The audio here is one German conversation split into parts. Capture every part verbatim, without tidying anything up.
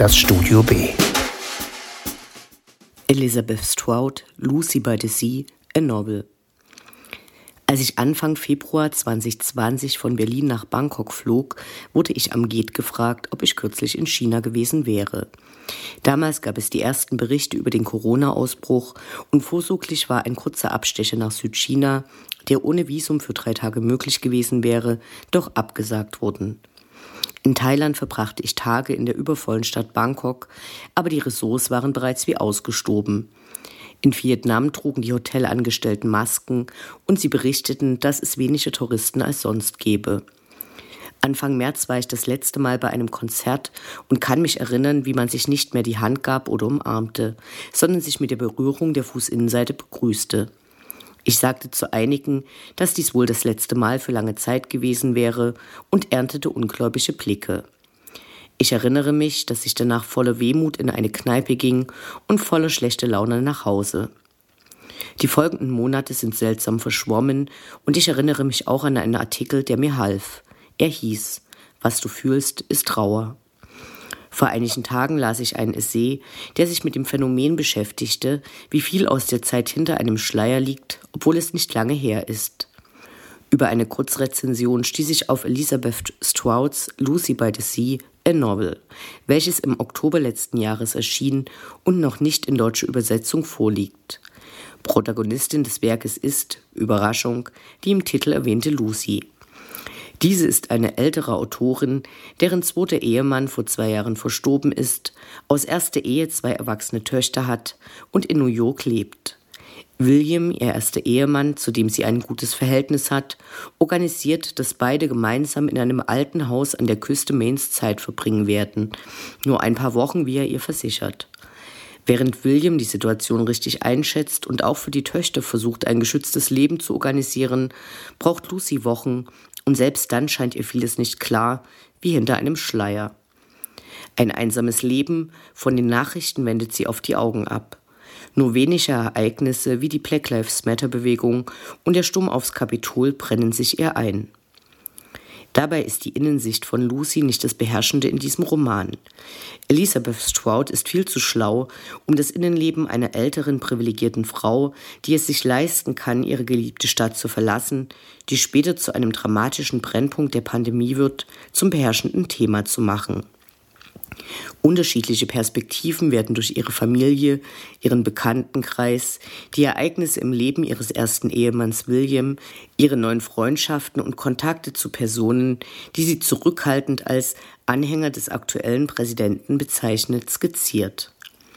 das Studio B. Elizabeth Strout, Lucy by the Sea, a Novel. Als ich Anfang Februar zwanzig zwanzig von Berlin nach Bangkok flog, wurde ich am Gate gefragt, ob ich kürzlich in China gewesen wäre. Damals gab es die ersten Berichte über den Corona-Ausbruch und vorsorglich war ein kurzer Abstecher nach Südchina, der ohne Visum für drei Tage möglich gewesen wäre, doch abgesagt worden. In Thailand verbrachte ich Tage in der übervollen Stadt Bangkok, aber die Ressorts waren bereits wie ausgestorben. In Vietnam trugen die Hotelangestellten Masken und sie berichteten, dass es weniger Touristen als sonst gebe. Anfang März war ich das letzte Mal bei einem Konzert und kann mich erinnern, wie man sich nicht mehr die Hand gab oder umarmte, sondern sich mit der Berührung der Fußinnenseite begrüßte. Ich sagte zu einigen, dass dies wohl das letzte Mal für lange Zeit gewesen wäre und erntete ungläubige Blicke. Ich erinnere mich, dass ich danach voller Wehmut in eine Kneipe ging und voller schlechter Laune nach Hause. Die folgenden Monate sind seltsam verschwommen und ich erinnere mich auch an einen Artikel, der mir half. Er hieß: Was du fühlst, ist Trauer. Vor einigen Tagen las ich einen Essay, der sich mit dem Phänomen beschäftigte, wie viel aus der Zeit hinter einem Schleier liegt, obwohl es nicht lange her ist. Über eine Kurzrezension stieß ich auf Elizabeth Strouts Lucy by the Sea, a Novel, welches im Oktober letzten Jahres erschien und noch nicht in deutscher Übersetzung vorliegt. Protagonistin des Werkes ist, Überraschung, die im Titel erwähnte Lucy. Diese ist eine ältere Autorin, deren zweiter Ehemann vor zwei Jahren verstorben ist, aus erster Ehe zwei erwachsene Töchter hat und in New York lebt. William, ihr erster Ehemann, zu dem sie ein gutes Verhältnis hat, organisiert, dass beide gemeinsam in einem alten Haus an der Küste Maines Zeit verbringen werden. Nur ein paar Wochen, wie er ihr versichert. Während William die Situation richtig einschätzt und auch für die Töchter versucht, ein geschütztes Leben zu organisieren, braucht Lucy Wochen und selbst dann scheint ihr vieles nicht klar, wie hinter einem Schleier. Ein einsames Leben, von den Nachrichten wendet sie oft die Augen ab. Nur wenige Ereignisse wie die Black Lives Matter-Bewegung und der Sturm aufs Kapitol brennen sich ihr ein. Dabei ist die Innensicht von Lucy nicht das Beherrschende in diesem Roman. Elizabeth Strout ist viel zu schlau, um das Innenleben einer älteren, privilegierten Frau, die es sich leisten kann, ihre geliebte Stadt zu verlassen, die später zu einem dramatischen Brennpunkt der Pandemie wird, zum beherrschenden Thema zu machen. Unterschiedliche Perspektiven werden durch ihre Familie, ihren Bekanntenkreis, die Ereignisse im Leben ihres ersten Ehemanns William, ihre neuen Freundschaften und Kontakte zu Personen, die sie zurückhaltend als Anhänger des aktuellen Präsidenten bezeichnet, skizziert.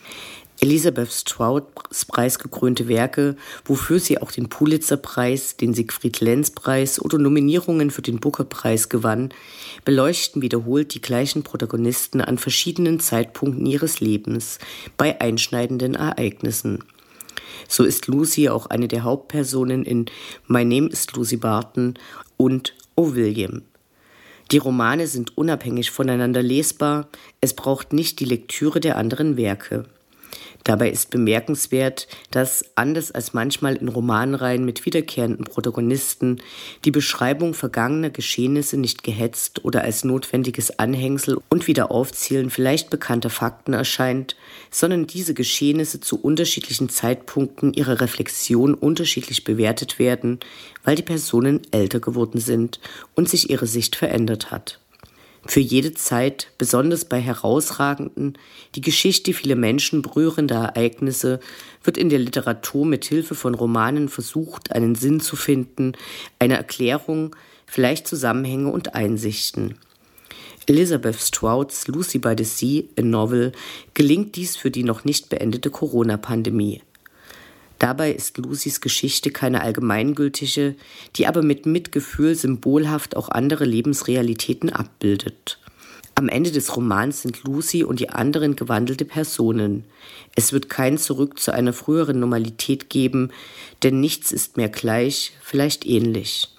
Elizabeth Strouts preisgekrönte Werke, wofür sie auch den Pulitzer-Preis, den Siegfried-Lenz-Preis oder Nominierungen für den Booker-Preis gewann, beleuchten wiederholt die gleichen Protagonisten an verschiedenen Zeitpunkten ihres Lebens, bei einschneidenden Ereignissen. So ist Lucy auch eine der Hauptpersonen in My Name is Lucy Barton und Oh William. Die Romane sind unabhängig voneinander lesbar, es braucht nicht die Lektüre der anderen Werke. Dabei ist bemerkenswert, dass, anders als manchmal in Romanreihen mit wiederkehrenden Protagonisten, die Beschreibung vergangener Geschehnisse nicht gehetzt oder als notwendiges Anhängsel und Wiederaufzählen vielleicht bekannter Fakten erscheint, sondern diese Geschehnisse zu unterschiedlichen Zeitpunkten ihrer Reflexion unterschiedlich bewertet werden, weil die Personen älter geworden sind und sich ihre Sicht verändert hat. Für jede Zeit, besonders bei herausragenden, die Geschichte vieler Menschen berührender Ereignisse, wird in der Literatur mit Hilfe von Romanen versucht, einen Sinn zu finden, eine Erklärung, vielleicht Zusammenhänge und Einsichten. Elizabeth Strouts Lucy by the Sea, a Novel, gelingt dies für die noch nicht beendete Corona-Pandemie. Dabei ist Lucys Geschichte keine allgemeingültige, die aber mit Mitgefühl symbolhaft auch andere Lebensrealitäten abbildet. Am Ende des Romans sind Lucy und die anderen gewandelte Personen. Es wird kein Zurück zu einer früheren Normalität geben, denn nichts ist mehr gleich, vielleicht ähnlich.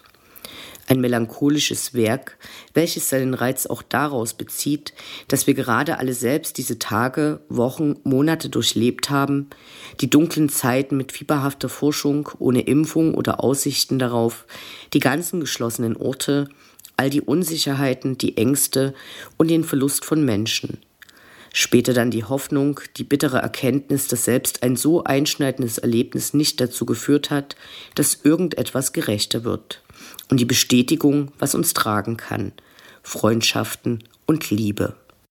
Ein melancholisches Werk, welches seinen Reiz auch daraus bezieht, dass wir gerade alle selbst diese Tage, Wochen, Monate durchlebt haben, die dunklen Zeiten mit fieberhafter Forschung, ohne Impfung oder Aussichten darauf, die ganzen geschlossenen Orte, all die Unsicherheiten, die Ängste und den Verlust von Menschen. Später dann die Hoffnung, die bittere Erkenntnis, dass selbst ein so einschneidendes Erlebnis nicht dazu geführt hat, dass irgendetwas gerechter wird. Und die Bestätigung, was uns tragen kann: Freundschaften und Liebe.